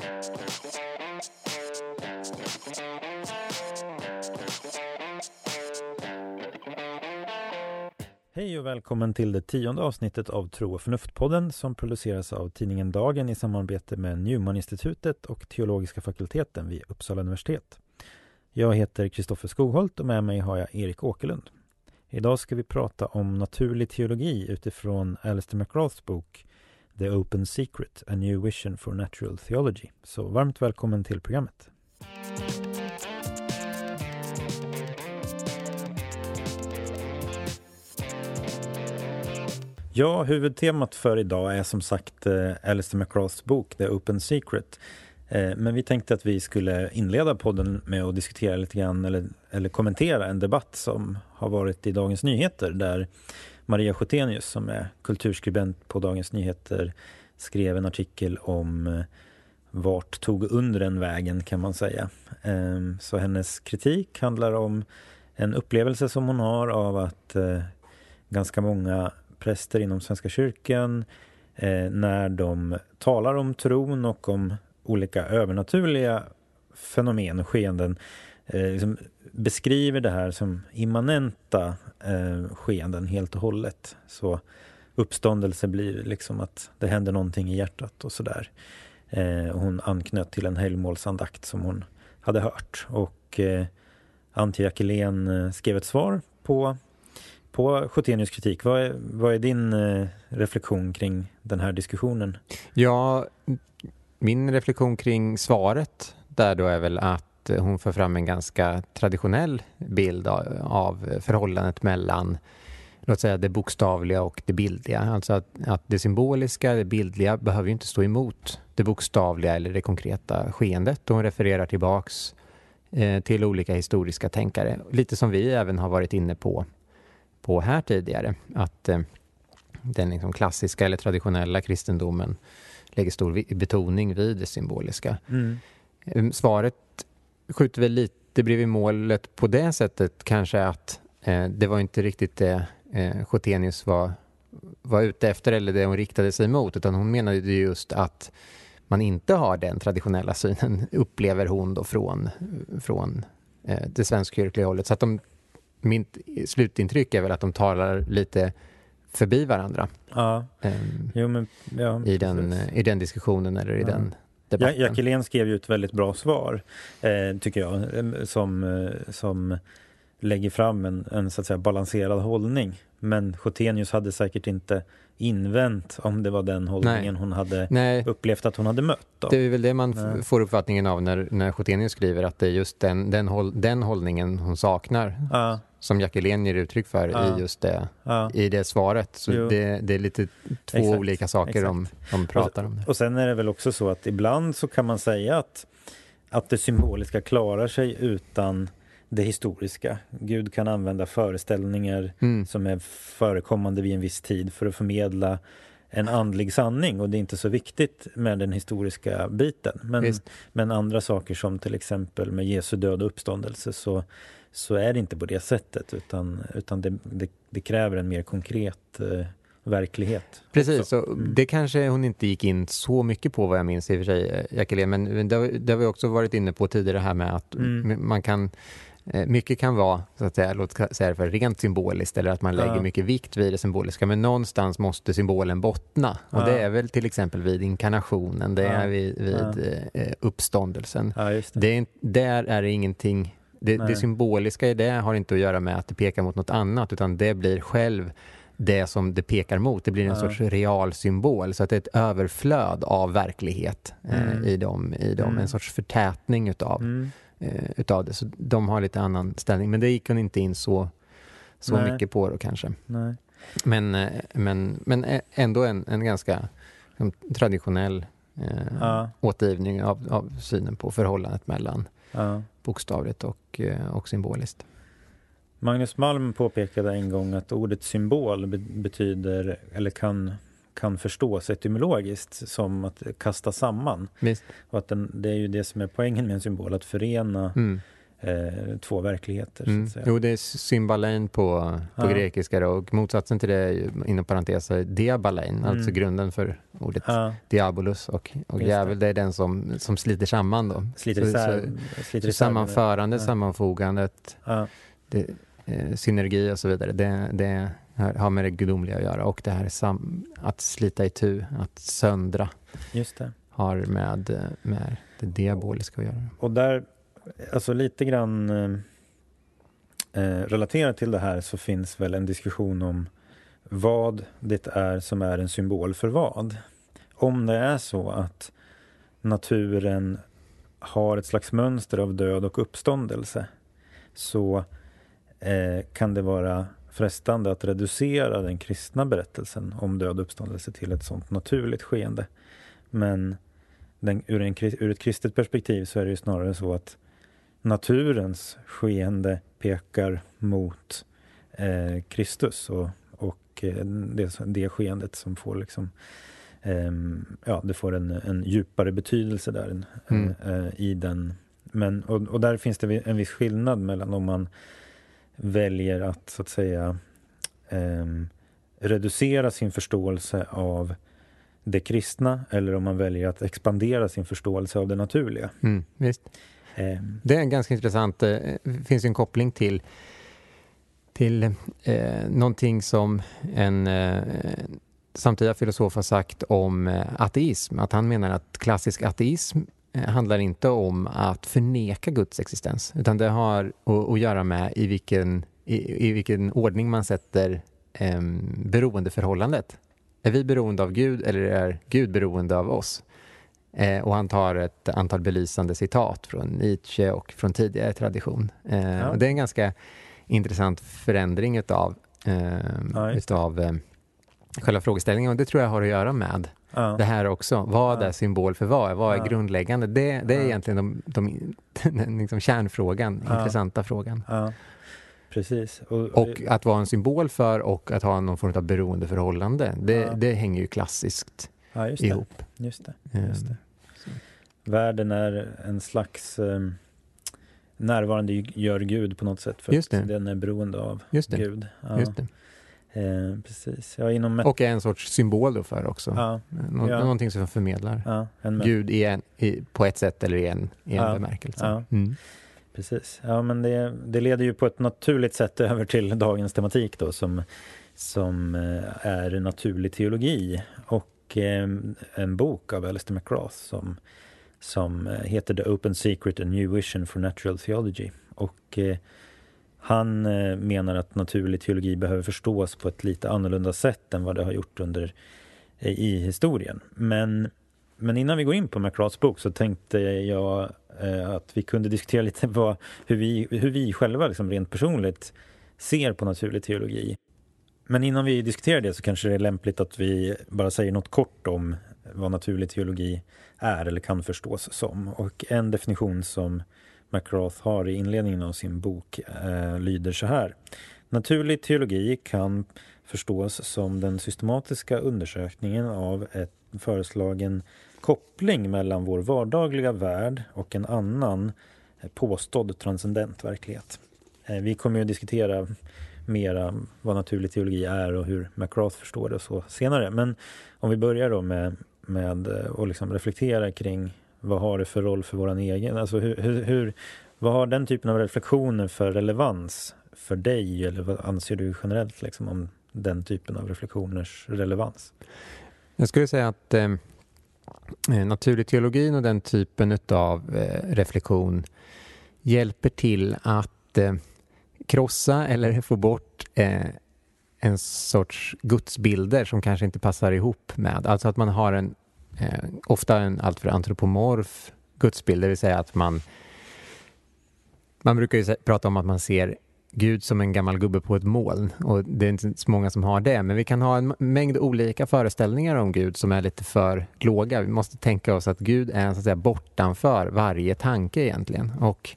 Hej och välkommen till det 10:e avsnittet av Tro och förnuft-podden som produceras av tidningen Dagen i samarbete med Newman-institutet och teologiska fakulteten vid Uppsala universitet. Jag heter Kristoffer Skogholt och med mig har jag Erik Åkerlund. Idag ska vi prata om naturlig teologi utifrån Alistair McGraths bok The Open Secret, A New Vision for Natural Theology. Så varmt välkommen till programmet. Ja, huvudtemat för idag är som sagt Alistair McGraths bok The Open Secret. Men vi tänkte att vi skulle inleda podden med att diskutera lite grann eller kommentera en debatt som har varit i Dagens Nyheter där Maria Sjötenius som är kulturskribent på Dagens Nyheter skrev en artikel om vart tog undren vägen kan man säga. Så hennes kritik handlar om en upplevelse som hon har av att ganska många präster inom Svenska kyrkan när de talar om tron och om olika övernaturliga fenomen och skeenden liksom beskriver det här som immanenta skeenden helt och hållet. Så uppståndelse blir liksom att det händer någonting i hjärtat och sådär. Hon anknöt till en helgmålsandakt som hon hade hört. Och Antje Jackelén skrev ett svar på Sjötenius kritik. Vad är din reflektion kring den här diskussionen? Ja, min reflektion kring svaret där då är väl att hon för fram en ganska traditionell bild av förhållandet mellan, låt säga, det bokstavliga och det bildliga. Alltså att det symboliska, det bildliga behöver ju inte stå emot det bokstavliga eller det konkreta skeendet. Och hon refererar tillbaks till olika historiska tänkare. Lite som vi även har varit inne på här tidigare, att den liksom klassiska eller traditionella kristendomen lägger stor betoning vid det symboliska. Svaret skjuter väl lite bredvid målet på det sättet kanske att det var inte riktigt det Sjötenius var ute efter eller det hon riktade sig emot, utan hon menade just att man inte har den traditionella synen, upplever hon då från det svenskkyrkliga hållet. Så att mitt slutintryck är väl att de talar lite förbi varandra. Ja. I den diskussionen eller i den debatten. Jackelén skrev ju ett väldigt bra svar tycker jag som lägger fram en så att säga balanserad hållning. Men Sjötenius hade säkert inte invänt om det var den hållningen hon hade upplevt att hon hade mött. Då. Det är väl det man får uppfattningen av när Sjötenius skriver att det är just den hållningen hon saknar. Som Jackelén ger uttryck för i just det, i det svaret. Så det är lite två olika saker de pratar om. Och sen är det väl också så att ibland så kan man säga att det symboliska klarar sig utan det historiska. Gud kan använda föreställningar som är förekommande vid en viss tid för att förmedla en andlig sanning, och det är inte så viktigt med den historiska biten. Men andra saker som till exempel med Jesu död och uppståndelse så är det inte på det sättet utan det kräver en mer konkret verklighet. Precis, så det kanske hon inte gick in så mycket på vad jag minns i och för sig, Jackelén, men det har vi också varit inne på tidigare här med att man kan mycket kan vara så att säga, låt säga för rent symboliskt eller att man lägger mycket vikt vid det symboliska, men någonstans måste symbolen bottna och det är väl till exempel vid inkarnationen, det är vid uppståndelsen. Där är det ingenting. Det symboliska i det har inte att göra med att det pekar mot något annat, utan det blir själv det som det pekar mot. Det blir en sorts real symbol, så att det är ett överflöd av verklighet i dem. En sorts förtätning utav det. Så de har lite annan ställning. Men det gick hon inte in så mycket på då kanske. Nej. Men ändå en ganska traditionell återgivning av synen på förhållandet mellan bokstavligt och symboliskt. Magnus Malm påpekade en gång att ordet symbol betyder eller kan förstås etymologiskt som att kasta samman. Visst. Och att det är ju det som är poängen med en symbol, att förena två verkligheter. Så att säga. Jo, det är symbalein på grekiska då, och motsatsen till det är ju, inom parentes, diabalein, alltså grunden för ordet diabolus och djävul, det är den som sliter samman då. Så sammanförandet, sammanfogandet, synergi och så vidare, det har med det gudomliga att göra, och det här att slita itu, att söndra. Just det. Har med det diaboliska att göra. Och där, alltså lite grann relaterat till det här, så finns väl en diskussion om vad det är som är en symbol för vad. Om det är så att naturen har ett slags mönster av död och uppståndelse, så kan det vara frestande att reducera den kristna berättelsen om död och uppståndelse till ett sånt naturligt skeende. Men ur ett kristet perspektiv så är det ju snarare så att naturens skeende pekar mot Kristus och det skeendet som får liksom det får en djupare betydelse där i den. Men och där finns det en viss skillnad mellan om man väljer att så att säga reducera sin förståelse av det kristna, eller om man väljer att expandera sin förståelse av det naturliga. Visst. Det är ganska intressant. Det finns en koppling till någonting som en samtida filosof har sagt om ateism. Att han menar att klassisk ateism handlar inte om att förneka Guds existens, utan det har att göra med i vilken ordning man sätter beroendeförhållandet. Är vi beroende av Gud, eller är Gud beroende av oss? Och han tar ett antal belysande citat från Nietzsche och från tidigare tradition. Och det är en ganska intressant förändring utav själva frågeställningen. Och det tror jag har att göra med det här också. Vad är symbol för vad? Vad är grundläggande? Det är egentligen den liksom kärnfrågan, intressanta frågan. Precis. Och att vara en symbol för och att ha någon form av beroendeförhållande, det hänger ju klassiskt ihop. Just det. Världen är en slags närvarande gör Gud på något sätt, för att den är beroende av Gud. Just det. Precis. Och är en sorts symbol då för också. Någonting som förmedlar Gud på ett sätt eller i en bemärkelse. Precis. Ja, men det leder ju på ett naturligt sätt över till dagens tematik då, som är naturlig teologi, och en bok av Alistair McGrath som heter The Open Secret: A New Vision for Natural Theology. Och han menar att naturlig teologi behöver förstås på ett lite annorlunda sätt än vad det har gjort i historien. Men innan vi går in på McGraths bok, så tänkte jag att vi kunde diskutera lite hur vi själva liksom rent personligt ser på naturlig teologi. Men innan vi diskuterar det, så kanske det är lämpligt att vi bara säger något kort om vad naturlig teologi är eller kan förstås som. Och en definition som McGrath har i inledningen av sin bok lyder så här: naturlig teologi kan förstås som den systematiska undersökningen av ett föreslagen koppling mellan vår vardagliga värld och en annan påstådd transcendent verklighet. Vi kommer ju att diskutera mera vad naturlig teologi är och hur McGrath förstår det och så senare. Men om vi börjar då med att liksom reflektera kring vad har det för roll för våran egen, alltså vad har den typen av reflektioner för relevans för dig, eller vad anser du generellt liksom om den typen av reflektioners relevans? Jag skulle säga att naturlig teologin och den typen av reflektion hjälper till att krossa eller få bort en sorts gudsbilder som kanske inte passar ihop med. Alltså att man har ofta en alltför antropomorf gudsbild, det vill säga att man brukar ju prata om att man ser Gud som en gammal gubbe på ett moln, och det är inte så många som har det, men vi kan ha en mängd olika föreställningar om Gud som är lite för låga. Vi måste tänka oss att Gud är så att säga bortanför varje tanke egentligen, och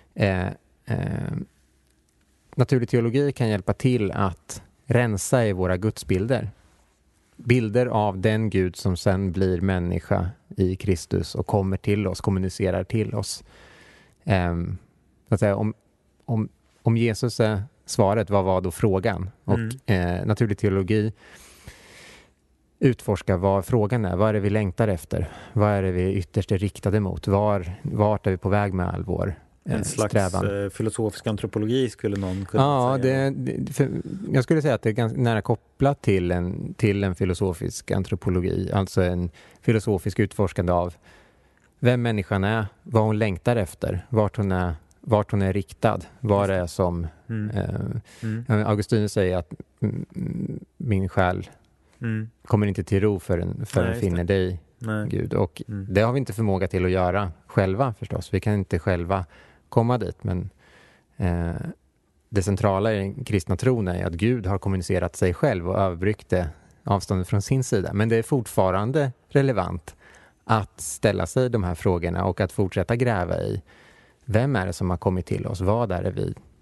naturlig teologi kan hjälpa till att rensa i våra gudsbilder. Bilder av den Gud som sen blir människa i Kristus och kommer till oss, kommunicerar till oss. så att säga, om Jesus är svaret, vad var då frågan? Och naturlig teologi utforskar vad frågan är. Vad är det vi längtar efter? Vad är det vi ytterst är riktade mot? Vart är vi på väg med all vår en slags strävan? Filosofisk antropologi skulle någon kunna säga. Jag skulle säga att det är ganska nära kopplat till en filosofisk antropologi. Alltså en filosofisk utforskande av vem människan är, vad hon längtar efter, vart hon är riktad, vad det är som Augustinus säger att min själ kommer inte till ro förrän finner dig, Gud. Och det har vi inte förmåga till att göra själva förstås. Vi kan inte själva komma dit, men det centrala i den kristna tron är att Gud har kommunicerat sig själv och överbryggt avståndet från sin sida. Men det är fortfarande relevant att ställa sig de här frågorna och att fortsätta gräva i vem är det som har kommit till oss? Vad är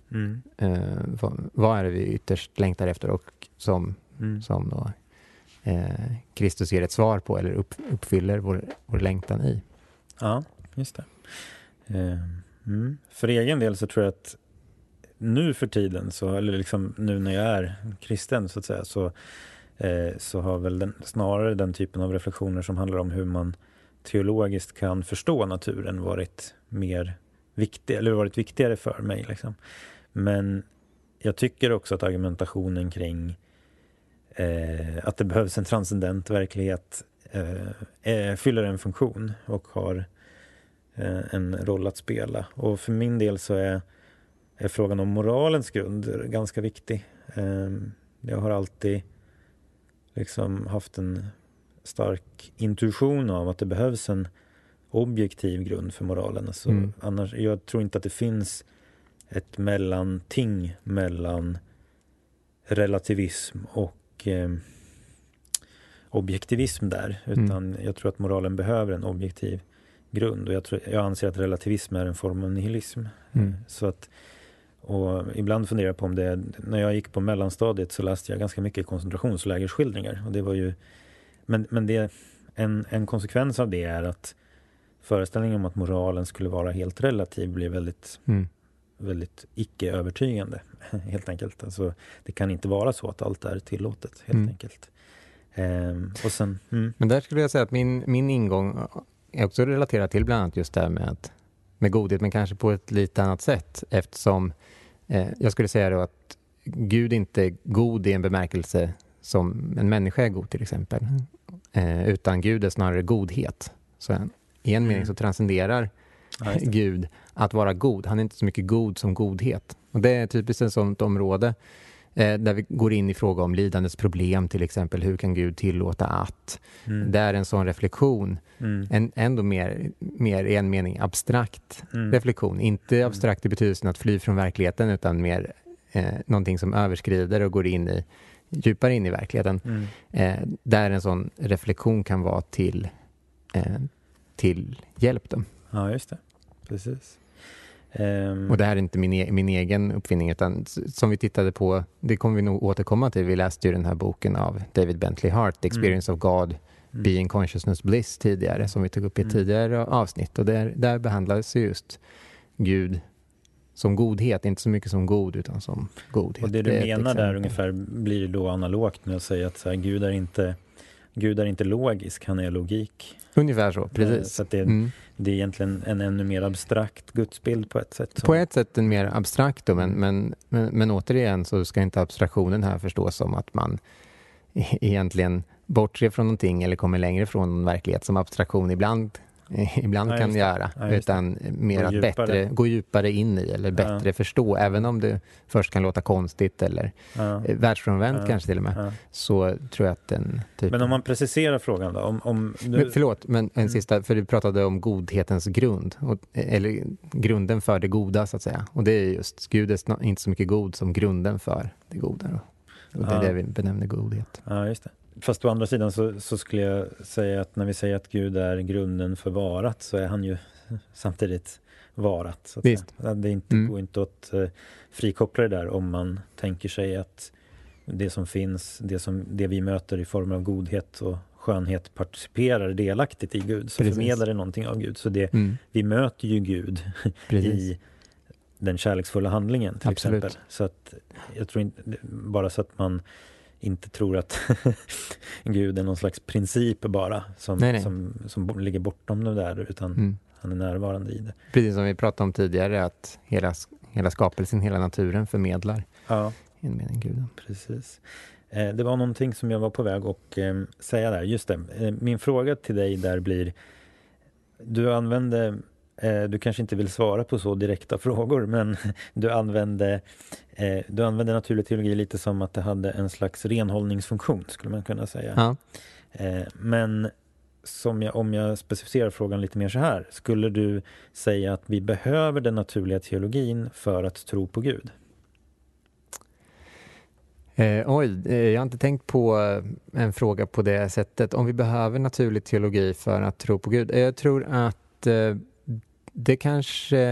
det vi ytterst längtar efter och som då Kristus ger ett svar på eller uppfyller vår längtan i. Ja, just det. För egen del så tror jag att nu för tiden, eller liksom nu när jag är kristen så att säga, så har väl snarare den typen av reflektioner som handlar om hur man teologiskt kan förstå naturen varit mer viktig, eller varit viktigare för mig liksom. Men jag tycker också att argumentationen kring att det behövs en transcendent verklighet fyller en funktion och har en roll att spela. Och för min del så är frågan om moralens grund ganska viktig. Jag har alltid liksom haft en stark intuition av att det behövs en objektiv grund för moralen. Alltså, annars, jag tror inte att det finns ett mellanting mellan relativism och objektivism där, utan jag tror att moralen behöver en objektiv grund, och jag anser att relativism är en form av nihilism. Så att, och ibland funderar jag på om det, när jag gick på mellanstadiet så läste jag ganska mycket koncentrationslägerskildringar, och det var ju men det, en konsekvens av det är att föreställningen om att moralen skulle vara helt relativ blir väldigt icke-övertygande helt enkelt. Alltså, det kan inte vara så att allt är tillåtet helt enkelt. Och sen, Men där skulle jag säga att min ingång är också relaterad till bland annat just det här med godhet, men kanske på ett lite annat sätt, eftersom jag skulle säga då att Gud inte är god i en bemärkelse som en människa är god till exempel, utan Gud är snarare godhet. Så i en mening så transcenderar Gud att vara god. Han är inte så mycket god som godhet. Och det är typiskt ett sådant område där vi går in i fråga om lidandets problem till exempel. Hur kan Gud tillåta att? Det är en sån reflektion. En ändå mer i en mening abstrakt reflektion. Inte abstrakt i betydelsen att fly från verkligheten, utan mer någonting som överskrider och går in djupare in i verkligheten. Där en sån reflektion kan vara till hjälp dem. Ja, just det. Precis. Och det här är inte min egen uppfinning, utan som vi tittade på, det kommer vi nog återkomma till. Vi läste ju den här boken av David Bentley Hart, The Experience of God, Being Consciousness Bliss tidigare, som vi tog upp i ett tidigare avsnitt. Och där behandlades just Gud som godhet, inte så mycket som god utan som godhet. Och det du menar där ungefär blir då analogt med att säga att så här, Gud är inte logisk, han är logik. Ungefär så, precis. Så att det är egentligen en ännu mer abstrakt gudsbild på ett sätt. På ett sätt en mer abstrakt då, men återigen så ska inte abstraktionen här förstås som att man egentligen bortser från någonting eller kommer längre från en verklighet som abstraktion ibland kan göra, utan mer att gå djupare in i eller bättre förstå, även om det först kan låta konstigt eller världsfrånvänt kanske till och med, så tror jag att den typen... Men om man preciserar frågan då, men en sista, för du pratade om godhetens grund, eller grunden för det goda så att säga, och det är just, Gud är inte så mycket god som grunden för det goda då. Och det är det vi benämner godhet. Ja, just det. Fast å andra sidan så skulle jag säga att när vi säger att Gud är grunden för varat, så är han ju samtidigt varat. Så att det går inte att frikoppla det där om man tänker sig att det som finns, det vi möter i form av godhet och skönhet participerar delaktigt i Gud. Så förmedlar det någonting av Gud. Så vi möter ju Gud den kärleksfulla handlingen till Absolut. exempel. Så att jag tror inte, bara så att man inte tror att Gud är någon slags princip bara som ligger bortom det där, utan han är närvarande i det. Precis som vi pratade om tidigare, att hela skapelsen, hela naturen förmedlar en mening Gud. Precis. Det var någonting som jag var på väg att säga där. Just det. Min fråga till dig där blir, du kanske inte vill svara på så direkta frågor, men du använde naturlig teologi lite som att det hade en slags renhållningsfunktion, skulle man kunna säga. Ja. Men om jag specificerar frågan lite mer så här, skulle du säga att vi behöver den naturliga teologin för att tro på Gud? Jag har inte tänkt på en fråga på det sättet. Om vi behöver naturlig teologi för att tro på Gud. Jag tror att det kanske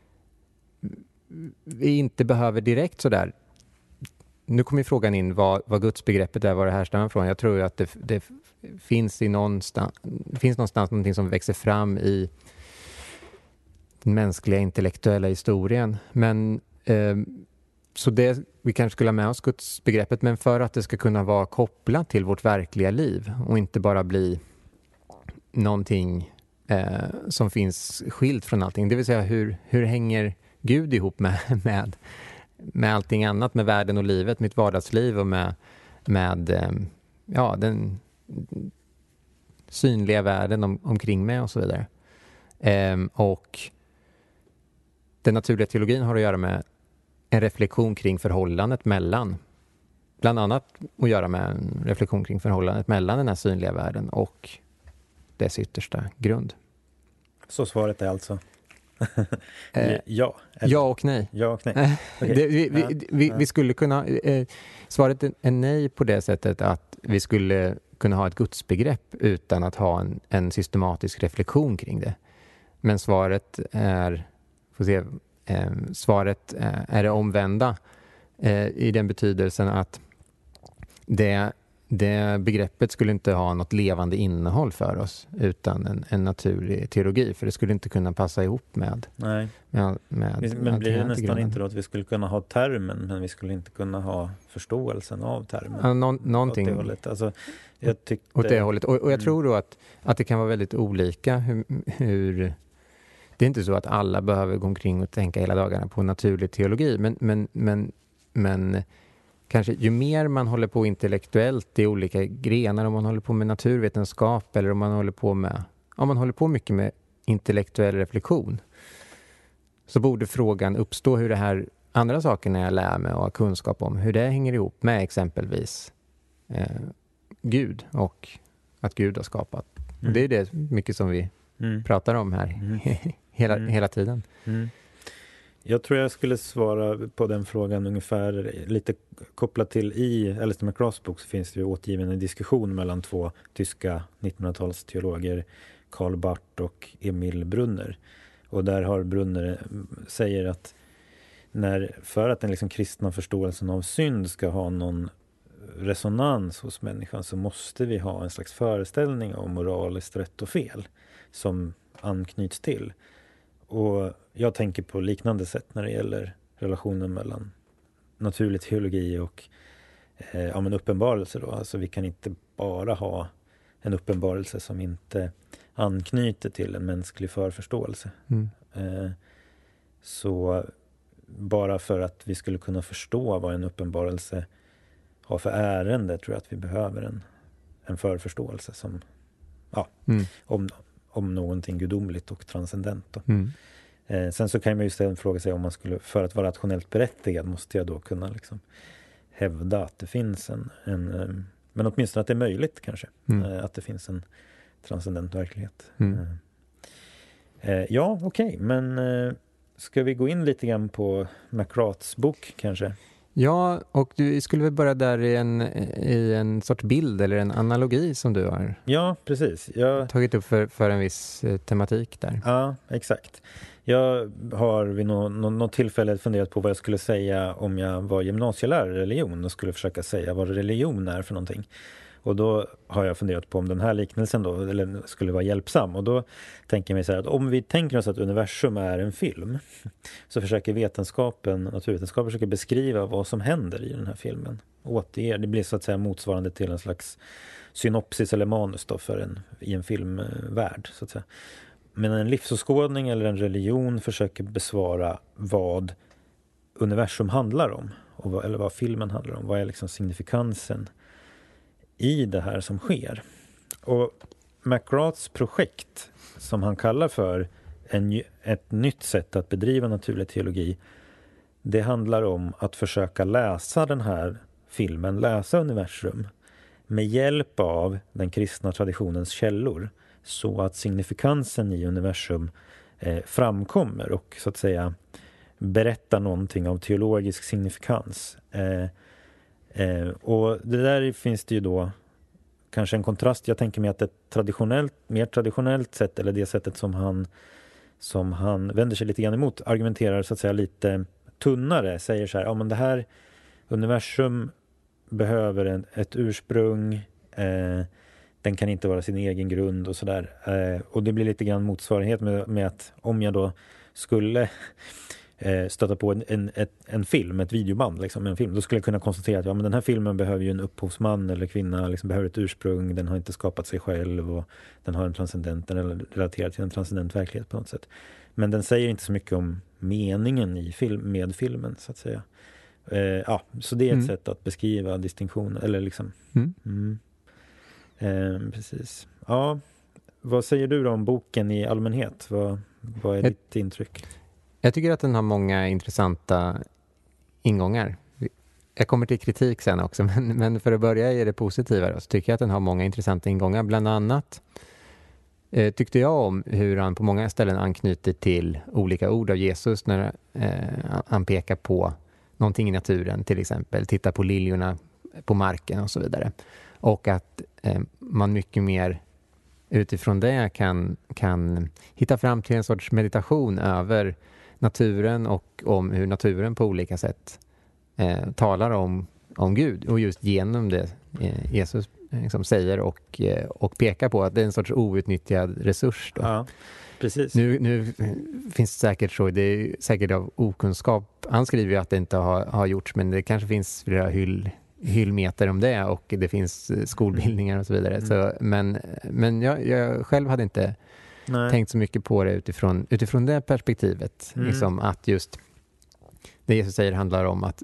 vi inte behöver direkt sådär. Nu kommer frågan in vad gudsbegreppet är, vad det härstammar från. Jag tror att det finns någonstans någonting som växer fram i den mänskliga intellektuella historien. Men så det, vi kanske skulle ha med oss gudsbegreppet, men för att det ska kunna vara kopplat till vårt verkliga liv och inte bara bli någonting som finns skilt från allting. Det vill säga hur hänger Gud ihop med allting annat, med världen och livet, mitt vardagsliv och med den synliga världen omkring mig och så vidare. Och den naturliga teologin har att göra med en reflektion kring förhållandet mellan, bland annat att göra med en reflektion kring förhållandet mellan den här synliga världen och dess yttersta grund. Så svaret är alltså? Ja. Ja och nej. Ja och nej. Okay. Vi skulle kunna... svaret är nej på det sättet att vi skulle kunna ha ett gudsbegrepp utan att ha en systematisk reflektion kring det. Men svaret är... Svaret är det omvända i den betydelsen att det begreppet skulle inte ha något levande innehåll för oss utan en naturlig teologi, för det skulle inte kunna passa ihop med men blir det nästan inte då att vi skulle kunna ha termen, men vi skulle inte kunna ha förståelsen av termen? Någonting åt det hållet. Alltså, jag tyckte... åt det hållet. Och jag tror då att det kan vara väldigt olika hur det är inte så att alla behöver gå omkring och tänka hela dagarna på naturlig teologi, men kanske ju mer man håller på intellektuellt i olika grenar, om man håller på med naturvetenskap eller om man håller på mycket med intellektuell reflektion, så borde frågan uppstå hur det här andra sakerna jag lär mig och har kunskap om, hur det hänger ihop med exempelvis Gud och att Gud har skapat. Och det är det mycket som vi pratar om här hela tiden. Jag tror jag skulle svara på den frågan ungefär lite kopplat till, i Alistair McGraths bok så finns det ju återgiven en diskussion mellan två tyska 1900-talsteologer, Karl Barth och Emil Brunner. Och där har Brunner säger att för att den liksom kristna förståelsen av synd ska ha någon resonans hos människan, så måste vi ha en slags föreställning om moraliskt rätt och fel som anknyts till. Och jag tänker på liknande sätt när det gäller relationen mellan naturlig teologi och en uppenbarelse då. Alltså vi kan inte bara ha en uppenbarelse som inte anknyter till en mänsklig förförståelse. Så bara för att vi skulle kunna förstå vad en uppenbarelse har för ärende, tror jag att vi behöver en förförståelse som om någonting gudomligt och transcendent då. Sen så kan man ju istället fråga sig om man skulle, för att vara rationellt berättigad, måste jag då kunna liksom hävda att det finns men åtminstone att det är möjligt kanske, att det finns en transcendent verklighet. Men ska vi gå in lite grann på McGraths bok kanske? Ja, och du skulle väl börja där i en sorts bild eller en analogi som du har tagit upp för en viss tematik där. Ja, exakt. Jag har vid något tillfälle funderat på vad jag skulle säga om jag var gymnasielärare i religion och skulle försöka säga vad religion är för någonting. Och då har jag funderat på om den här liknelsen då, eller skulle vara hjälpsam. Och då tänker jag mig så här att om vi tänker oss att universum är en film, så försöker naturvetenskapen försöker beskriva vad som händer i den här filmen. Återger, det blir så att säga motsvarande till en slags synopsis eller manus då i en filmvärld så att säga. Men en livsåskådning eller en religion försöker besvara vad universum handlar om. Eller vad filmen handlar om. Vad är liksom signifikansen i det här som sker. Och McGraths projekt, som han kallar för ett nytt sätt att bedriva naturlig teologi, det handlar om att försöka läsa den här filmen, läsa universum med hjälp av den kristna traditionens källor, så att signifikansen i universum framkommer och så att säga berättar någonting av teologisk signifikans. Och det där finns det ju då kanske en kontrast. Jag tänker mig att ett mer traditionellt sätt, eller det sättet som han vänder sig lite grann emot, argumenterar så att säga lite tunnare, säger så här, ja men det här universum behöver ett ursprung, den kan inte vara sin egen grund och sådär. Och det blir lite grann motsvarighet med att om jag då skulle stöta på en film, ett videoband, liksom, en film, då skulle jag kunna konstatera att ja, men den här filmen behöver ju en upphovsman eller kvinna, liksom, behöver ett ursprung, den har inte skapat sig själv och den har den är relaterad till en transcendent verklighet på något sätt. Men den säger inte så mycket om meningen med filmen så att säga. Så det är ett sätt att beskriva distinktionen eller liksom. Precis. Ja, vad säger du då om boken i allmänhet? Vad är ditt intryck? Jag tycker att den har många intressanta ingångar. Jag kommer till kritik sen också, men för att börja i det positiva då, så tycker jag att den har många intressanta ingångar. Bland annat tyckte jag om hur han på många ställen anknyter till olika ord av Jesus när han pekar på någonting i naturen, till exempel titta på liljorna på marken och så vidare. Och att man mycket mer utifrån det kan hitta fram till en sorts meditation över naturen och om hur naturen på olika sätt talar om Gud. Och just genom det Jesus liksom säger och pekar på att det är en sorts outnyttjad resurs då. Ja, precis. Nu finns det säkert så, det är säkert av okunskap. Han skriver ju att det inte har gjorts, men det kanske finns flera hyllmeter om det och det finns skolbildningar och så vidare. Så, men jag själv hade inte tänkt så mycket på det utifrån det perspektivet. Liksom att just det Jesus säger handlar om att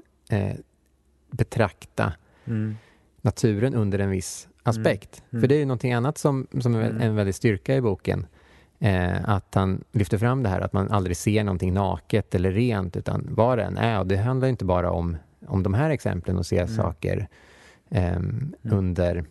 betrakta naturen under en viss aspekt. För det är ju någonting annat som är en väldigt styrka i boken. Att han lyfter fram det här att man aldrig ser någonting naket eller rent utan vad det än är. Och det handlar inte bara om de här exemplen och se saker under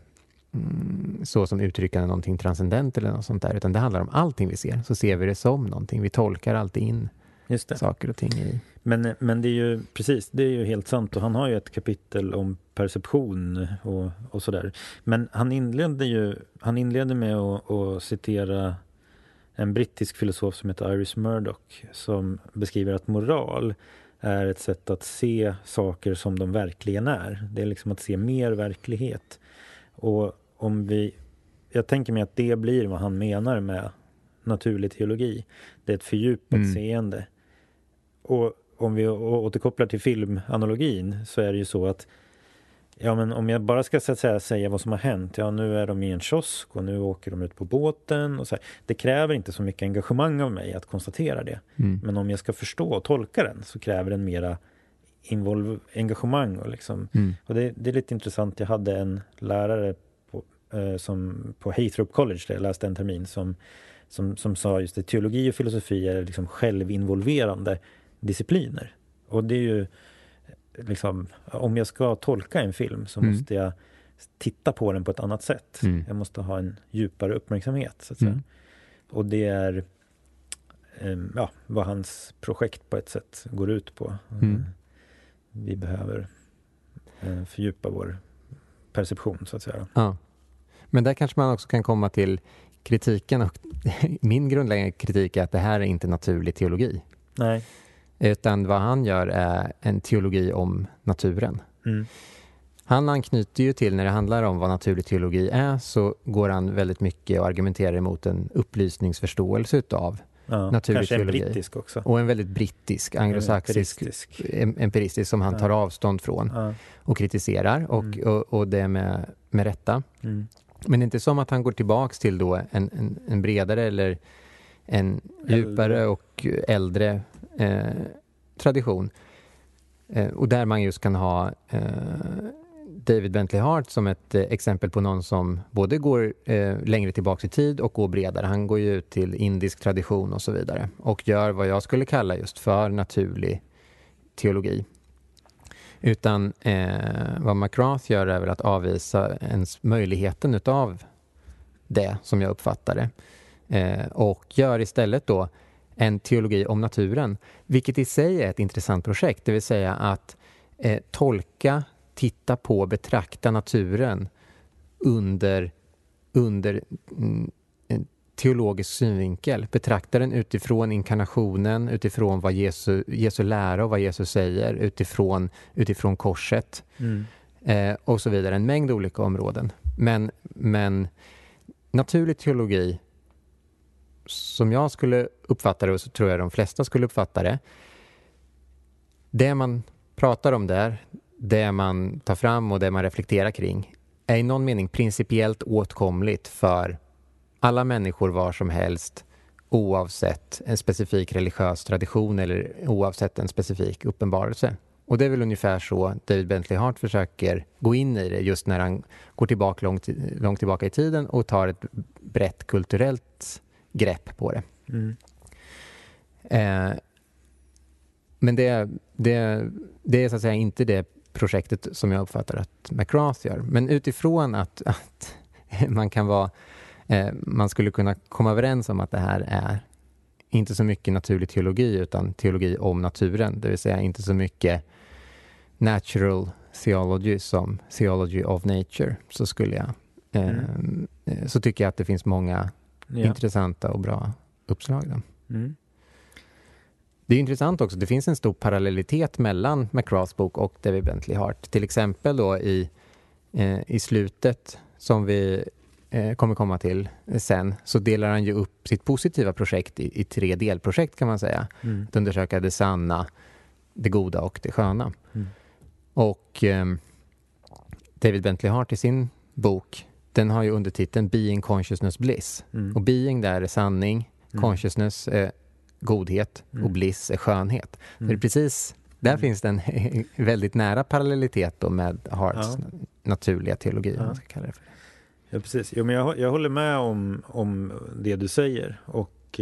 så som uttryckande någonting transcendent eller något sånt där, utan det handlar om allting vi ser, så ser vi det som någonting, vi tolkar alltid in saker och ting i. Men det är ju precis, det är ju helt sant, och han har ju ett kapitel om perception och sådär. Men han inledde med att citera en brittisk filosof som heter Iris Murdoch, som beskriver att moral är ett sätt att se saker som de verkligen är. Det är liksom att se mer verklighet. Och jag tänker mig att det blir vad han menar med naturlig teologi. Det är ett fördjupat seende. Och om vi återkopplar till filmanalogin, så är det ju så att ja, men om jag bara ska så att säga vad som har hänt. Ja, nu är de i en kiosk och nu åker de ut på båten. Och så här. Det kräver inte så mycket engagemang av mig att konstatera det. Men om jag ska förstå och tolka den så kräver den mera engagemang. Och, liksom. Och det är lite intressant. Jag hade en lärare på Haythorpe College där jag läste en termin som sa just det, teologi och filosofi är liksom självinvolverande discipliner. Och det är ju liksom, om jag ska tolka en film så måste jag titta på den på ett annat sätt. Jag måste ha en djupare uppmärksamhet så att säga. Och det är vad hans projekt på ett sätt går ut på. Vi behöver fördjupa vår perception så att säga. Ja. Men där kanske man också kan komma till kritiken, och min grundläggande kritik är att det här är inte naturlig teologi. Nej. Utan vad han gör är en teologi om naturen. Han anknyter ju till, när det handlar om vad naturlig teologi är, så går han väldigt mycket och argumenterar emot en upplysningsförståelse utav naturlig teologi. En brittisk också. Och en väldigt brittisk, anglosaxisk, empiristisk som han tar avstånd från och kritiserar och det med rätta. Mm. Men det är inte som att han går tillbaks till då en bredare eller en djupare och äldre tradition. Och där man just kan ha David Bentley Hart som ett exempel på någon som både går längre tillbaka i tid och går bredare. Han går ju ut till indisk tradition och så vidare och gör vad jag skulle kalla just för naturlig teologi. Utan vad McGrath gör är väl att avvisa ens möjligheten utav det som jag uppfattar det. Och gör istället då en teologi om naturen, vilket i sig är ett intressant projekt, det vill säga att tolka, titta på, betrakta naturen under en teologisk synvinkel. Betrakta den utifrån inkarnationen, utifrån vad Jesu lära och vad Jesus säger, utifrån korset och så vidare. En mängd olika områden. Men naturlig teologi, som jag skulle uppfatta det och så tror jag de flesta skulle uppfatta det man pratar om där, det man tar fram och det man reflekterar kring är i någon mening principiellt åtkomligt för alla människor var som helst, oavsett en specifik religiös tradition eller oavsett en specifik uppenbarelse. Och det är väl ungefär så David Bentley Hart försöker gå in i det just när han går tillbaka långt tillbaka i tiden och tar ett brett kulturellt grepp på det. Mm. Men det är så att säga inte det projektet som jag uppfattar att McGrath gör. Men utifrån att man skulle kunna komma överens om att det här är inte så mycket naturlig teologi utan teologi om naturen. Det vill säga inte så mycket natural theology som theology of nature. Så så tycker jag att det finns många intressanta och bra uppslag då. Mm. Det är intressant också, det finns en stor parallellitet mellan McGraths bok och David Bentley Hart. Till exempel då i slutet som vi kommer komma till sen, så delar han ju upp sitt positiva projekt i 3 delprojekt kan man säga. Att undersöka det sanna, det goda och det sköna. Och David Bentley Hart i sin bok, den har ju undertiteln Being Consciousness Bliss. Och being där är sanning, consciousness är godhet och bliss är skönhet. Så det är precis, där finns det en väldigt nära parallellitet då med Harts naturliga teologi. Om man ska kalla det för det. Ja, precis. Jo, men jag håller med om det du säger. Och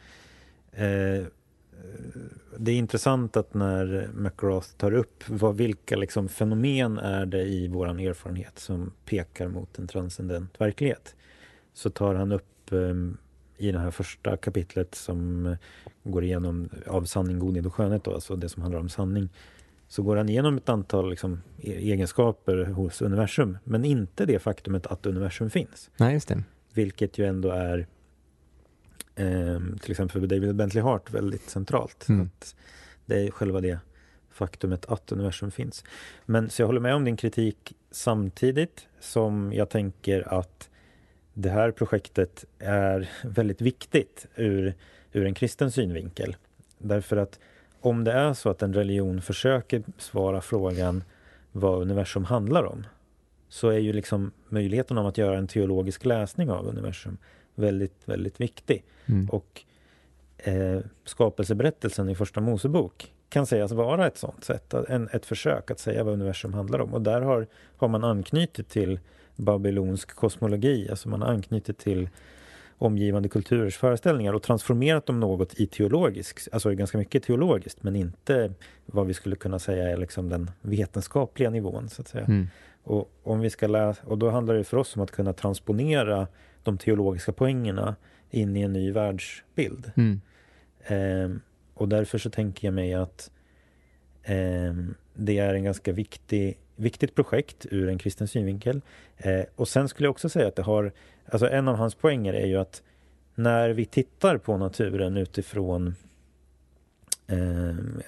det är intressant att när McGrath tar upp vilka liksom fenomen är det i våran erfarenhet som pekar mot en transcendent verklighet, så tar han upp i det här första kapitlet som går igenom av sanning, godhet och skönhet då, alltså det som handlar om sanning, så går han igenom ett antal liksom egenskaper hos universum, men inte det faktumet att universum finns. Nej, just det. Vilket ju ändå är till exempel för David Bentley Hart väldigt centralt. Att det är själva det faktumet att universum finns. Men så jag håller med om din kritik, samtidigt som jag tänker att det här projektet är väldigt viktigt ur en kristen synvinkel. Därför att om det är så att en religion försöker svara frågan vad universum handlar om, så är ju liksom möjligheten om att göra en teologisk läsning av universum väldigt, väldigt viktig. Och skapelseberättelsen i första Mosebok kan sägas vara ett sånt sätt, ett försök att säga vad universum handlar om. Och där har man anknutit till babylonsk kosmologi, alltså man har anknutit till omgivande kulturers föreställningar och transformerat dem något i teologiskt, alltså ganska mycket teologiskt, men inte vad vi skulle kunna säga är liksom den vetenskapliga nivån så att säga. Och om vi ska läsa, och då handlar det för oss om att kunna transponera de teologiska poängerna in i en ny världsbild. Och därför så tänker jag mig att det är en ganska viktigt projekt ur en kristen synvinkel. Och sen skulle jag också säga att det har, alltså en av hans poänger är ju att när vi tittar på naturen utifrån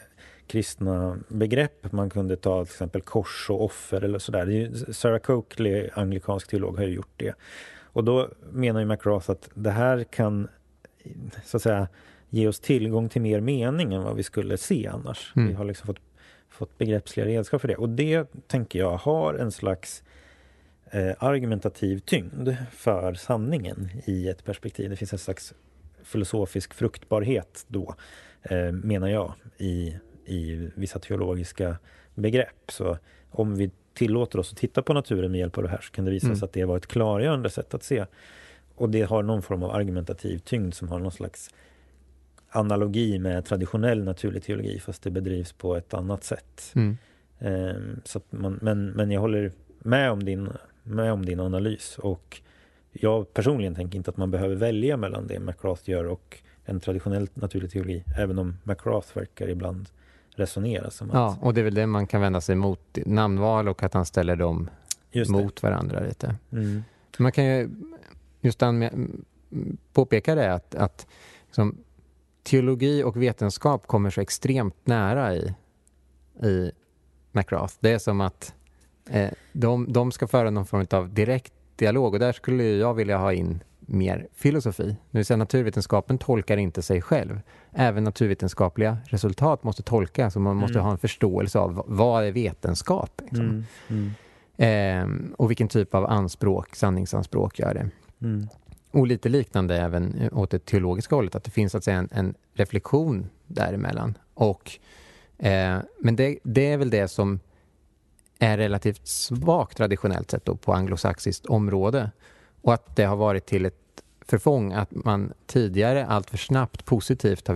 kristna begrepp. Man kunde ta till exempel kors och offer eller sådär. Sarah Coakley, anglikansk teolog, har ju gjort det. Och då menar ju McGrath att det här kan så att säga ge oss tillgång till mer mening än vad vi skulle se annars. Vi har liksom fått begreppsliga redskap för det. Och det, tänker jag, har en slags argumentativ tyngd för sanningen i ett perspektiv. Det finns en slags filosofisk fruktbarhet då, menar jag, i vissa teologiska begrepp. Så om vi tillåter oss att titta på naturen med hjälp av det här, så kan det visa sig att det var ett klargörande sätt att se. Och det har någon form av argumentativ tyngd som har någon slags analogi med traditionell naturlig teologi, fast det bedrivs på ett annat sätt. Så att men jag håller med om din analys, och jag personligen tänker inte att man behöver välja mellan det McGrath gör och en traditionell naturlig teologi, även om McGrath verkar ibland resonera som att... och det är väl det man kan vända sig mot, namnval, och att han ställer dem mot varandra lite. Man kan ju just påpeka det att liksom, teologi och vetenskap kommer så extremt nära i McGrath. Det är som att de ska föra någon form av direkt dialog, och där skulle jag vilja ha in mer filosofi. Det vill säga, naturvetenskapen tolkar inte sig själv. Även naturvetenskapliga resultat måste tolkas, och man måste ha en förståelse av vad är vetenskap. Liksom. Och vilken typ av sanningsanspråk gör det. Och lite liknande även åt det teologiska hållet, att det finns att säga en reflektion däremellan. Men det är väl det som är relativt svagt traditionellt sett då på anglosaxiskt område, och att det har varit till ett förfång att man tidigare allt för snabbt positivt har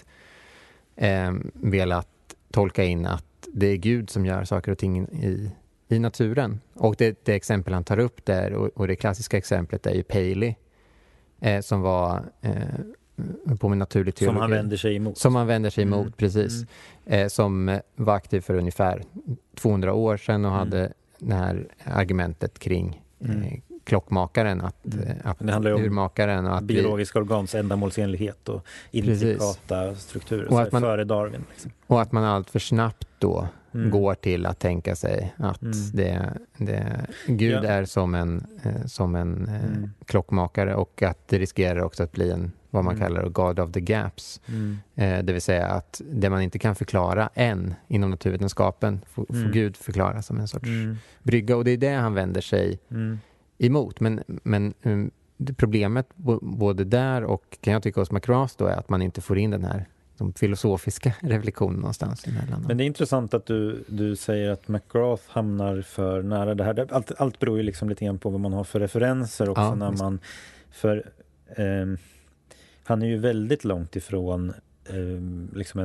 velat tolka in att det är Gud som gör saker och ting i naturen. Och det exempel han tar upp där, och det klassiska exemplet är ju Paley, som var på med naturlig teologi. Som han vänder sig emot, precis. Som var aktiv för ungefär 200 år sedan och hade det här argumentet kring klockmakaren, att det handlar ju urmakaren och att biologiska organs ändamålsenlighet och intrikata strukturer, och att man, före Darwin. Liksom. Och att man allt för snabbt då går till att tänka sig att Gud är som en klockmakare, och att det riskerar också att bli en, vad man kallar God of the Gaps. Det vill säga att det man inte kan förklara än inom naturvetenskapen får Gud förklara som en sorts brygga, och det är det han vänder sig emot. Men problemet både där och, kan jag tycka, hos McGrath då, är att man inte får in den här filosofiska reflektionen någonstans emellan. Men det är intressant att du säger att McGrath hamnar för nära det här. Allt beror ju liksom lite grann på vad man har för referenser också, när man... För han är ju väldigt långt ifrån liksom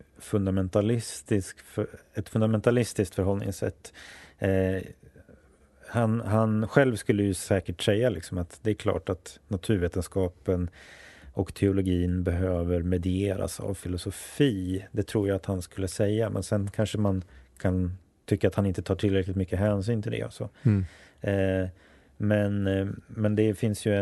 ett fundamentalistiskt förhållningssätt. Han själv skulle ju säkert säga liksom att det är klart att naturvetenskapen och teologin behöver medieras av filosofi. Det tror jag att han skulle säga. Men sen kanske man kan tycka att han inte tar tillräckligt mycket hänsyn till det. Och så. Men det finns ju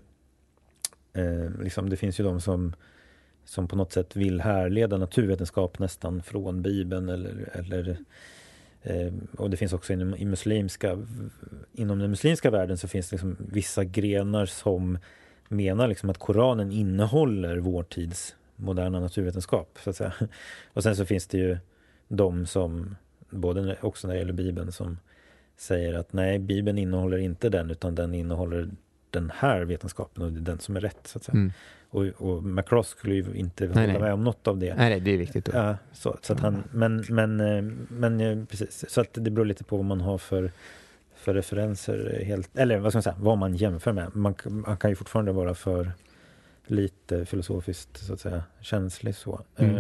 det finns ju de som på något sätt vill härleda naturvetenskap nästan från Bibeln eller och det finns också inom den muslimska världen, så finns det liksom vissa grenar som menar liksom att Koranen innehåller vår tids moderna naturvetenskap, så att säga. Och sen så finns det ju de som, både också när det gäller Bibeln, som säger att nej, Bibeln innehåller inte den, utan den innehåller den här vetenskapen, och det är den som är rätt, så att säga. Och McGrath skulle ju inte hålla med om något av det. Nej, det är viktigt. Ja, så att han, men precis, så att det beror lite på vad man har för referenser, eller vad ska man säga, vad man jämför med. Man kan ju fortfarande vara för lite filosofiskt, så att säga, känslig så.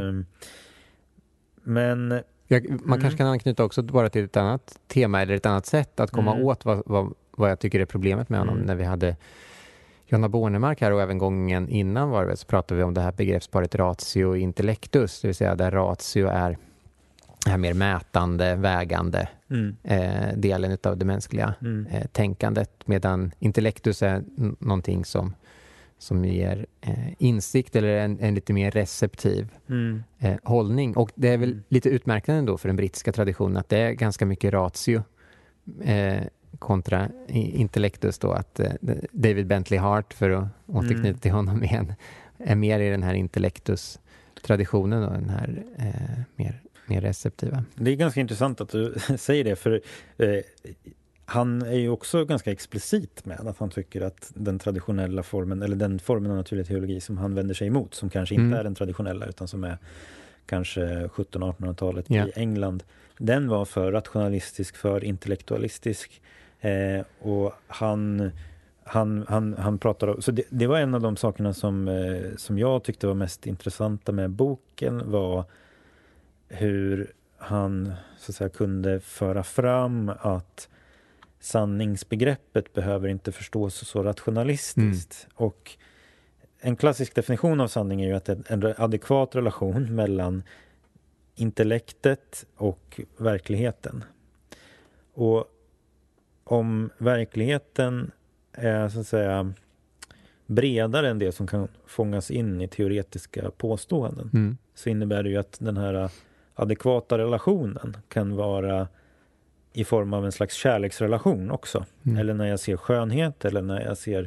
Men man kanske kan anknyta också bara till ett annat tema eller ett annat sätt att komma åt vad jag tycker är problemet med honom. När vi hade Jonna Bornemark här, och även gången innan var det, så pratade vi om det här begreppsparet ratio och intellectus, det vill säga där ratio är här mer mätande, vägande delen av det mänskliga tänkandet, medan intellectus är någonting som som ger insikt eller en lite mer receptiv hållning. Och det är väl lite utmärkande ändå för den brittiska traditionen att det är ganska mycket ratio kontra intellectus då, att David Bentley Hart, för att återknyta till honom igen, är mer i den här intellectus-traditionen och den här mer receptiva. Det är ganska intressant att du säger det, för han är ju också ganska explicit med att han tycker att den traditionella formen, eller den formen av naturlig teologi som han vänder sig emot, som kanske inte är den traditionella utan som är kanske 1700-1800-talet i England, den var för rationalistisk, för intellektualistisk, och han pratade, så det var en av de sakerna som jag tyckte var mest intressanta med boken, var hur han så att säga kunde föra fram att sanningsbegreppet behöver inte förstås så rationalistiskt. Och en klassisk definition av sanning är ju att det är en adekvat relation mellan intellektet och verkligheten. Och om verkligheten är så att säga bredare än det som kan fångas in i teoretiska påståenden, så innebär det ju att den här adekvata relationen kan vara i form av en slags kärleksrelation också. Eller när jag ser skönhet, eller när jag ser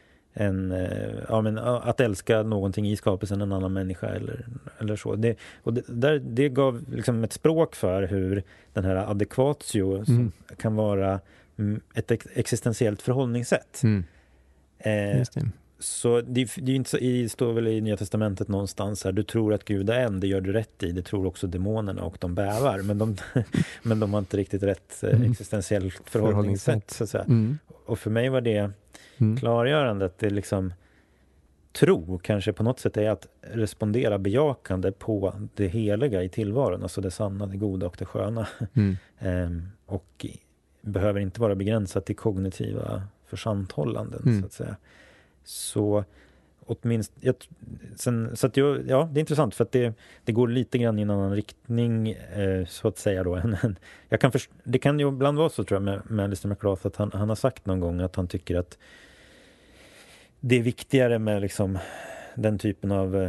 att älska någonting i skapelsen, en annan människa eller så. Det gav liksom ett språk för hur den här adekvatio kan vara ett existentiellt förhållningssätt. Just det. Så det är inte så, står väl i Nya testamentet någonstans här, du tror att Gud är en, det gör du rätt i, det tror också demonerna och de bävar, men de har inte riktigt rätt existentiellt förhållningssätt så att säga. Och för mig var det klargörande att det liksom tro kanske på något sätt är att respondera bejakande på det heliga i tillvaron, alltså det sanna, det goda och det sköna. Och behöver inte vara begränsat till kognitiva försanthållanden så att säga. Så åtminstone det är intressant för att det går lite grann i en annan riktning så att säga då. Det kan ju ibland vara så, tror jag, med Alistair McGrath, att han har sagt någon gång att han tycker att det är viktigare med liksom den typen av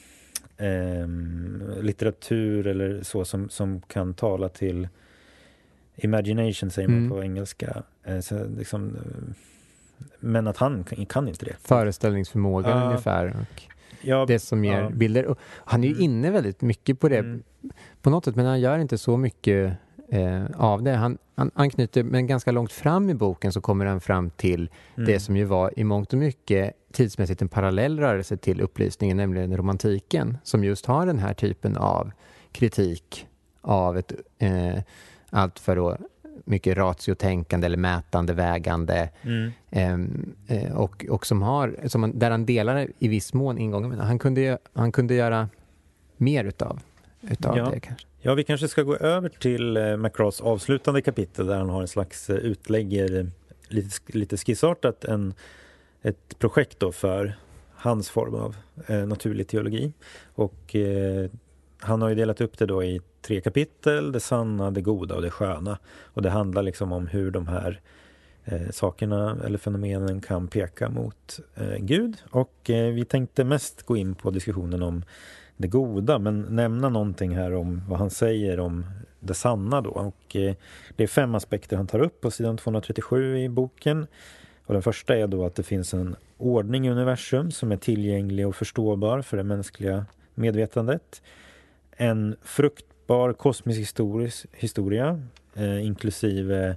litteratur eller så som kan tala till imagination, säger man på engelska. Så liksom, men att han kan inte det. Föreställningsförmågan ungefär. Och det som ger bilder. Och han är ju inne väldigt mycket på det på något sätt, men han gör inte så mycket av det. Han anknyter, men ganska långt fram i boken så kommer han fram till det som ju var i mångt och mycket tidsmässigt en parallell rörelse till upplysningen, nämligen romantiken, som just har den här typen av kritik av ett allt för då mycket ratiotänkande eller mätande, vägande och där han delar i viss mån ingången, men han kunde göra mer utav det kanske. Ja, vi kanske ska gå över till McGraths avslutande kapitel där han har en slags utlägger lite skissartat ett projekt då för hans form av naturlig teologi, och han har ju delat upp det då i 3 kapitel, det sanna, det goda och det sköna, och det handlar liksom om hur de här sakerna eller fenomenen kan peka mot Gud, och vi tänkte mest gå in på diskussionen om det goda, men nämna någonting här om vad han säger om det sanna då, och det är 5 aspekter han tar upp på sidan 237 i boken, och den första är då att det finns en ordning i universum som är tillgänglig och förståbar för det mänskliga medvetandet, en fruktbar kosmisk historia inklusive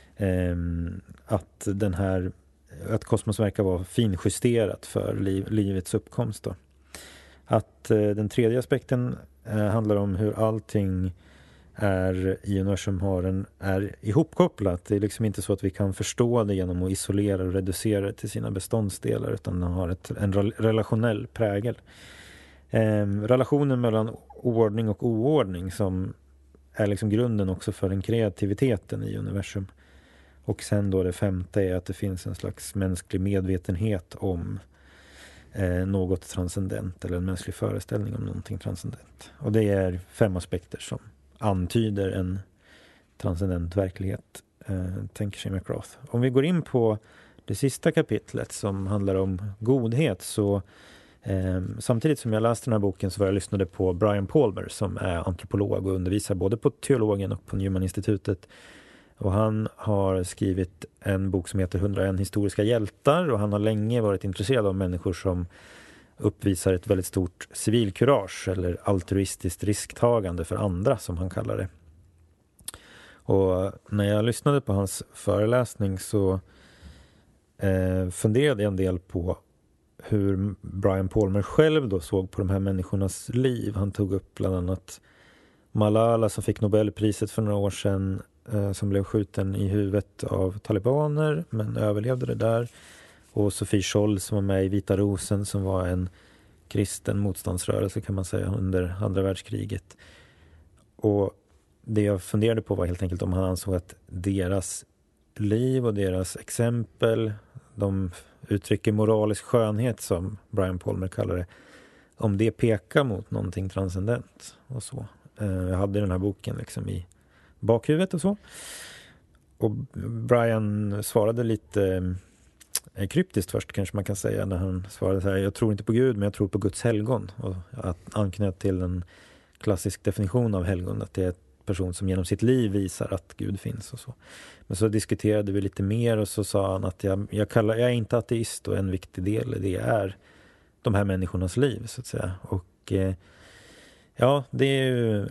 att kosmos verkar vara finjusterat för livets uppkomst då. Att den tredje aspekten handlar om hur allting är i universum är ihopkopplat. Det är liksom inte så att vi kan förstå det genom att isolera och reducera det till sina beståndsdelar, utan den har en relationell prägel. Relationen mellan ordning och oordning som är liksom grunden också för den kreativiteten i universum. Och sen då det 5:e är att det finns en slags mänsklig medvetenhet om något transcendent, eller en mänsklig föreställning om någonting transcendent. Och det är 5 aspekter som antyder en transcendent verklighet, tänker sig McGrath. Om vi går in på det sista kapitlet som handlar om godhet, så samtidigt som jag läste den här boken så var jag lyssnade på Brian Palmer som är antropolog och undervisar både på teologen och på Newman-institutet. Och han har skrivit en bok som heter 101 historiska hjältar, och han har länge varit intresserad av människor som uppvisar ett väldigt stort civilkurage eller altruistiskt risktagande för andra, som han kallar det. Och när jag lyssnade på hans föreläsning så funderade jag en del på hur Brian Palmer själv då såg på de här människornas liv. Han tog upp bland annat Malala som fick Nobelpriset för några år sedan, som blev skjuten i huvudet av talibaner men överlevde det där. Och Sophie Scholl som var med i Vita rosen, som var en kristen motståndsrörelse kan man säga under andra världskriget. Och det jag funderade på var helt enkelt om han ansåg att deras liv och deras exempel, de uttrycker moralisk skönhet som Brian Palmer kallar det, om det pekar mot någonting transcendent och så. Jag hade den här boken liksom i bakhuvudet och så. Och Brian svarade lite kryptiskt först kanske man kan säga, när han svarade så här: jag tror inte på Gud men jag tror på Guds helgon, och att anknöt till en klassisk definition av helgon, att det är en person som genom sitt liv visar att Gud finns och så. Men så diskuterade vi lite mer och så sa han att jag är inte ateist, och en viktig del i det är de här människornas liv så att säga. Och ja, det är ju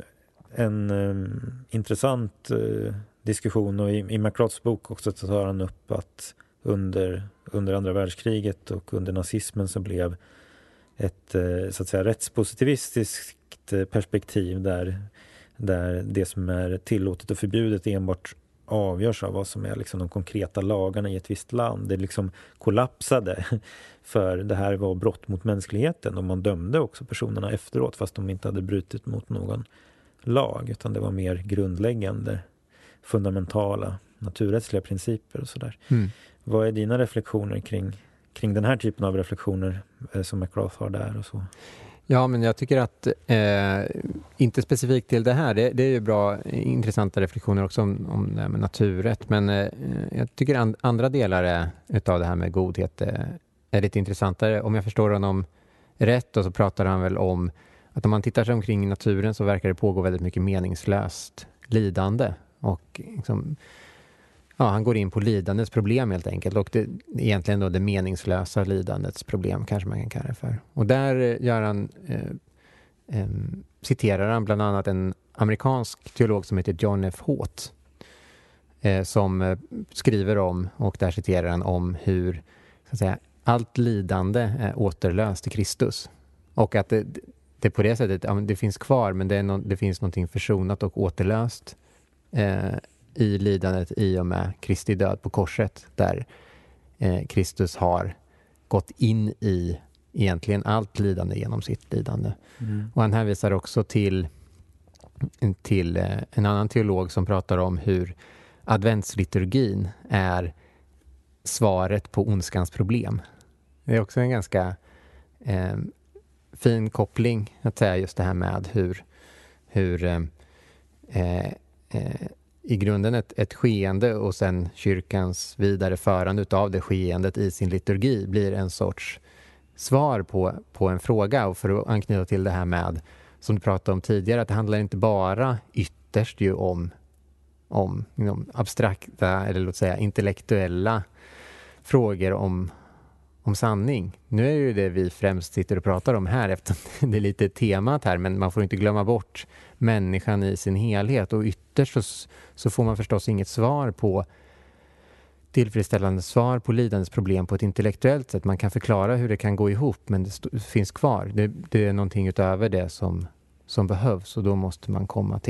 en intressant diskussion, och i McGraths bok också så tar han upp att under andra världskriget och under nazismen så blev ett så att säga rättspositivistiskt perspektiv där det som är tillåtet och förbjudet enbart avgörs av vad som är liksom de konkreta lagarna i ett visst land. Det liksom kollapsade, för det här var brott mot mänskligheten, och man dömde också personerna efteråt fast de inte hade brutit mot någon lag, utan det var mer grundläggande fundamentala naturrättsliga principer och sådär. Vad är dina reflektioner kring den här typen av reflektioner som McGrath har där och så? Ja, men jag tycker att inte specifikt till det här, det är ju bra, intressanta reflektioner också om det här med naturrätt, men jag tycker andra delar utav det här med godhet är lite intressantare. Om jag förstår honom rätt, och så pratar han väl om att om man tittar sig omkring i naturen så verkar det pågå väldigt mycket meningslöst lidande, och liksom, ja, han går in på lidandets problem helt enkelt, och det egentligen då det meningslösa lidandets problem kanske man kan kalla det för. Och där gör han, citerar han bland annat en amerikansk teolog som heter John F. Haught, som skriver om, och där citerar han om hur så att säga, allt lidande är återlöst i Kristus, och att det på det sättet, ja, det finns kvar, men det finns någonting försonat och återlöst i lidandet i och med Kristi död på korset, där Kristus har gått in i egentligen allt lidande genom sitt lidande. Och han hänvisar också till en annan teolog som pratar om hur adventsliturgin är svaret på ondskans problem. Det är också en ganska fin koppling att säga, just det här med hur i grunden ett skeende och sen kyrkans vidare förande utav det skeendet i sin liturgi blir en sorts svar på en fråga. Och för att anknyta till det här med, som du pratade om tidigare, att det handlar inte bara ytterst ju om abstrakta eller låt säga intellektuella frågor om sanning. Nu är ju det vi främst sitter och pratar om här, eftersom det är lite temat här, men man får inte glömma bort människan i sin helhet, och ytterst så får man förstås inget tillfredsställande svar på lidandets problem på ett intellektuellt sätt. Man kan förklara hur det kan gå ihop, men det finns kvar. Det är någonting utöver det som behövs, och då måste man komma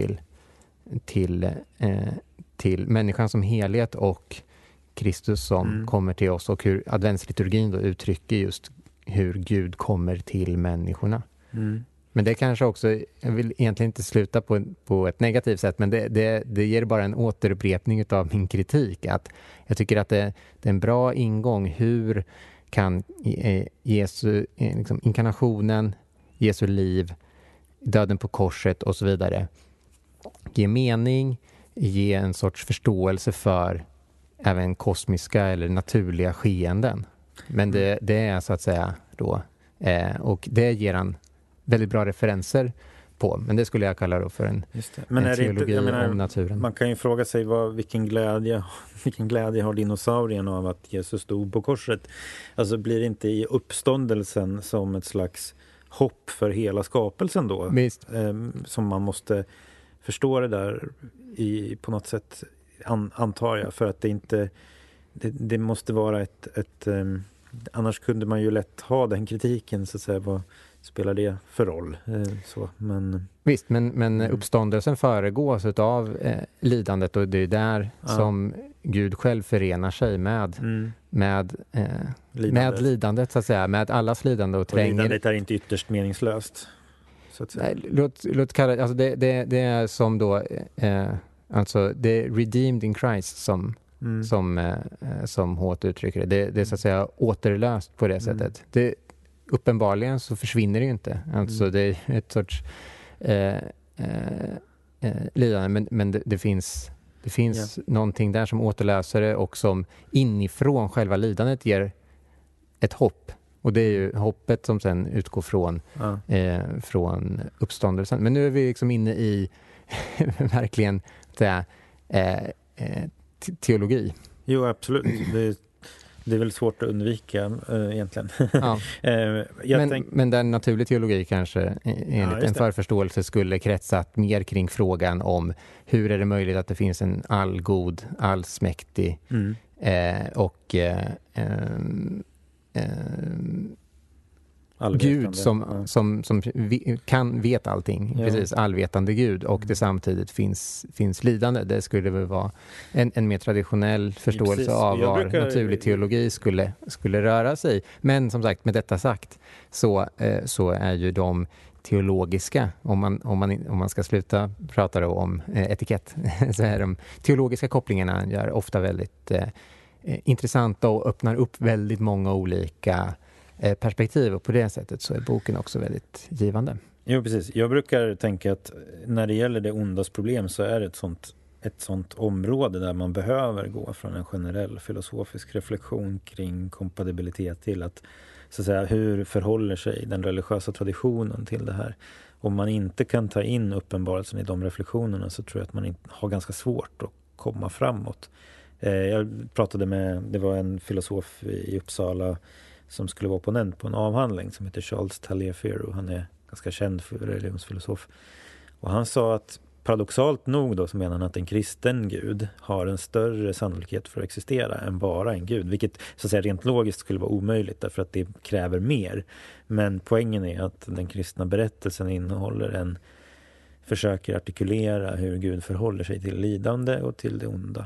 till människan som helhet och Kristus som kommer till oss, och hur adventsliturgin då uttrycker just hur Gud kommer till människorna. Men det kanske också, jag vill egentligen inte sluta på ett negativt sätt, men det ger bara en återupprepning av min kritik, att jag tycker att det är en bra ingång. Hur kan Jesu liksom inkarnationen, Jesu liv, döden på korset och så vidare ge mening, ge en sorts förståelse för även kosmiska eller naturliga skeenden. Men det är så att säga då, och det ger han väldigt bra referenser på. Men det skulle jag kalla då för en teologi om naturen. Man kan ju fråga sig vilken glädje har dinosaurien av att Jesus stod på korset? Alltså blir det inte i uppståndelsen som ett slags hopp för hela skapelsen då? Som man måste förstå det där på något sätt, antar jag, för att det måste vara ett annars kunde man ju lätt ha den kritiken, så att säga, vad spelar det för roll? Visst, men uppståndelsen föregås av lidandet, och det är där som Gud själv förenar sig med lidandet, så att säga, med allas lidande och tränger. Lidandet är inte ytterst meningslöst, så att säga. Nej, låt kalla alltså det är som då alltså det är redeemed in Christ som hårt uttrycker det. Det är så att säga återlöst på det sättet. Det uppenbarligen så försvinner det ju inte. Alltså det är ett sorts lidande, men det finns någonting där som återlöser det, och som inifrån själva lidandet ger ett hopp. Och det är ju hoppet som sen utgår från uppståndelsen. Men nu är vi liksom inne i verkligen teologi. Jo, absolut. Det är väl svårt att undvika egentligen. Ja. Men den naturliga teologi kanske enligt en förförståelse skulle kretsat mer kring frågan om hur är det möjligt att det finns en allgod, allsmäktig och Gud som vet allting, precis, allvetande Gud, och det samtidigt finns lidande. Det skulle väl vara en mer traditionell förståelse av var naturlig teologi skulle röra sig. Men som sagt, med detta sagt så är ju de teologiska, om man ska sluta prata då om etikett, så är de teologiska kopplingarna gör ofta väldigt intressanta och öppnar upp väldigt många olika perspektiv, och på det sättet så är boken också väldigt givande. Jo, precis. Jag brukar tänka att när det gäller det ondas problem så är det ett sånt område där man behöver gå från en generell filosofisk reflektion kring kompatibilitet till att, så att säga, hur förhåller sig den religiösa traditionen till det här. Om man inte kan ta in uppenbarelsen i de reflektionerna, så tror jag att man har ganska svårt att komma framåt. Jag pratade det var en filosof i Uppsala som skulle vara opponent på en avhandling som heter Charles Taliaferro. Han är ganska känd för religionsfilosof. Och han sa att paradoxalt nog då, så menar han att en kristen gud har en större sannolikhet för att existera än bara en gud. Vilket så att säga rent logiskt skulle vara omöjligt, därför att det kräver mer. Men poängen är att den kristna berättelsen försöker artikulera hur Gud förhåller sig till lidande och till det onda.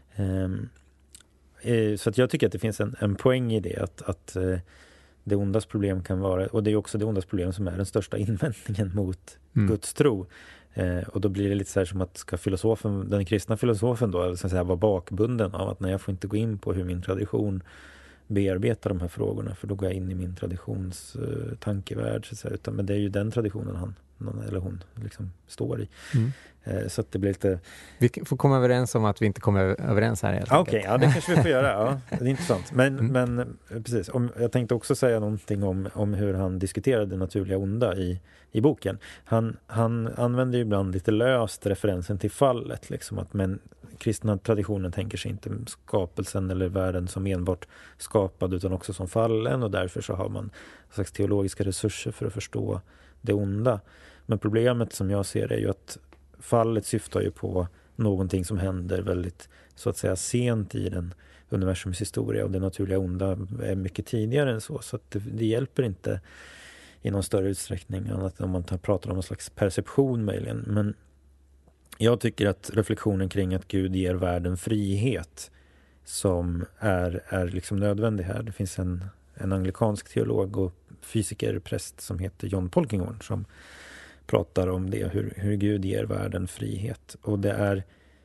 Så att jag tycker att det finns en poäng i det, att det ondas problem kan vara, och det är också det ondas problem som är den största invändningen mot Guds tro. Och då blir det lite så här som att ska den kristna filosofen då så att säga vara bakbunden av att jag får inte gå in på hur min tradition bearbetar de här frågorna, för då går jag in i min traditions tankevärld, så att säga. Men det är ju den traditionen han eller hon liksom står i. Så att det blir lite... Vi får komma överens om att vi inte kommer överens här helt enkelt. Okej, det kanske vi får göra. Ja, det är intressant. Men precis, jag tänkte också säga någonting om hur han diskuterade det naturliga onda i boken. Han använder ju ibland lite löst referensen till fallet, liksom, att men kristna traditionen tänker sig inte skapelsen eller världen som enbart skapad, utan också som fallen, och därför så har man en slags teologiska resurser för att förstå det onda. Men problemet som jag ser är ju att fallet syftar ju på någonting som händer väldigt, så att säga, sent i den universums historia, och det naturliga onda är mycket tidigare än så att det hjälper inte i någon större utsträckning, annat om man pratar om en slags perception möjligen. Men jag tycker att reflektionen kring att Gud ger världen frihet som är liksom nödvändig här. Det finns en anglikansk teolog och fysiker, präst, som heter John Polkinghorne, som pratar om det, hur Gud ger världen frihet. Och det är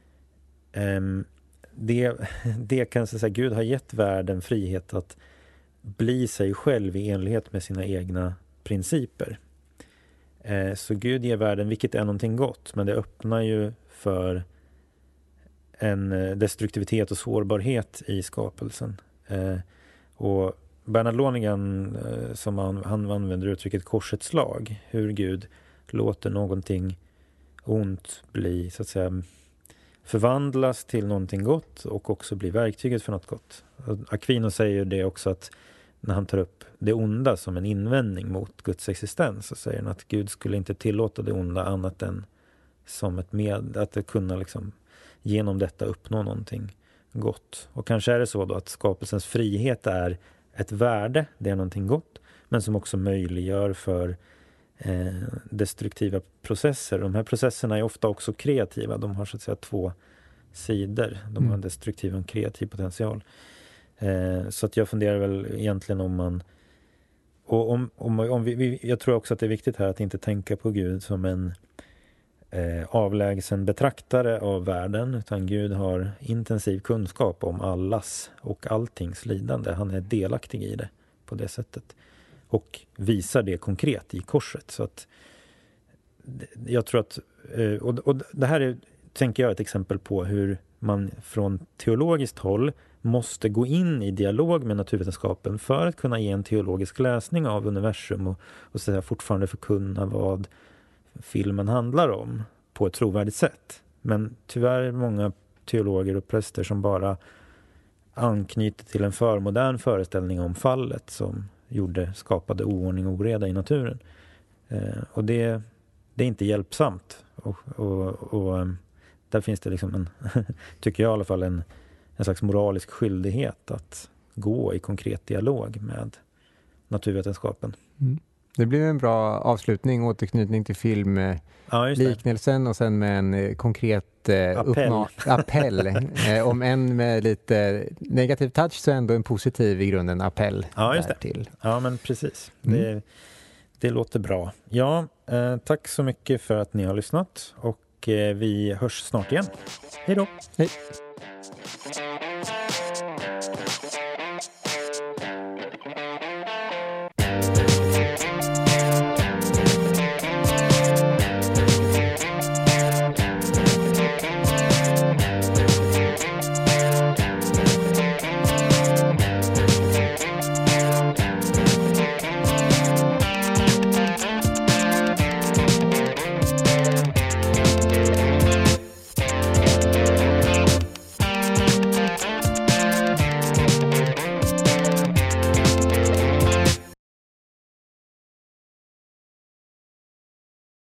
det kan så säga, Gud har gett världen frihet att bli sig själv i enlighet med sina egna principer. Så Gud ger världen, vilket är någonting gott, men det öppnar ju för en destruktivitet och sårbarhet i skapelsen. Och Bernard Lonergan, som han använder uttrycket korsets slag, hur Gud låter någonting ont bli, så att säga, förvandlas till någonting gott och också bli verktyget för något gott. Aquinas säger det också, att när han tar upp det onda som en invändning mot Guds existens, så säger han att Gud skulle inte tillåta det onda annat än som ett att det kunna liksom genom detta uppnå någonting gott. Och kanske är det så då att skapelsens frihet är ett värde, det är någonting gott, men som också möjliggör för destruktiva processer. De här processerna är ofta också kreativa. De har så att säga två sidor. De har en destruktiv och en kreativ potential. Så att jag funderar väl egentligen om man... Och jag tror också att det är viktigt här att inte tänka på Gud som en avlägsen betraktare av världen, utan Gud har intensiv kunskap om allas och alltings lidande. Han är delaktig i det på det sättet. Och visar det konkret i korset. Så att jag tror att... Och det här är, tänker jag, ett exempel på hur man från teologiskt håll måste gå in i dialog med naturvetenskapen för att kunna ge en teologisk läsning av universum och så fortfarande förkunna vad filmen handlar om på ett trovärdigt sätt. Men tyvärr är många teologer och präster som bara anknyter till en förmodern föreställning om fallet som skapade oordning och oreda i naturen. Och det är inte hjälpsamt. Och där finns det liksom tycker jag i alla fall, en slags moralisk skyldighet att gå i konkret dialog med naturvetenskapen. Mm. Det blir en bra avslutning, återknytning till filmliknelsen och sen med en konkret appell. Om en med lite negativ touch, så ändå en positiv i grunden appell. Ja, just det. Till. Ja, men precis. Det låter bra. Ja, tack så mycket för att ni har lyssnat och vi hörs snart igen. Hej då! Hej!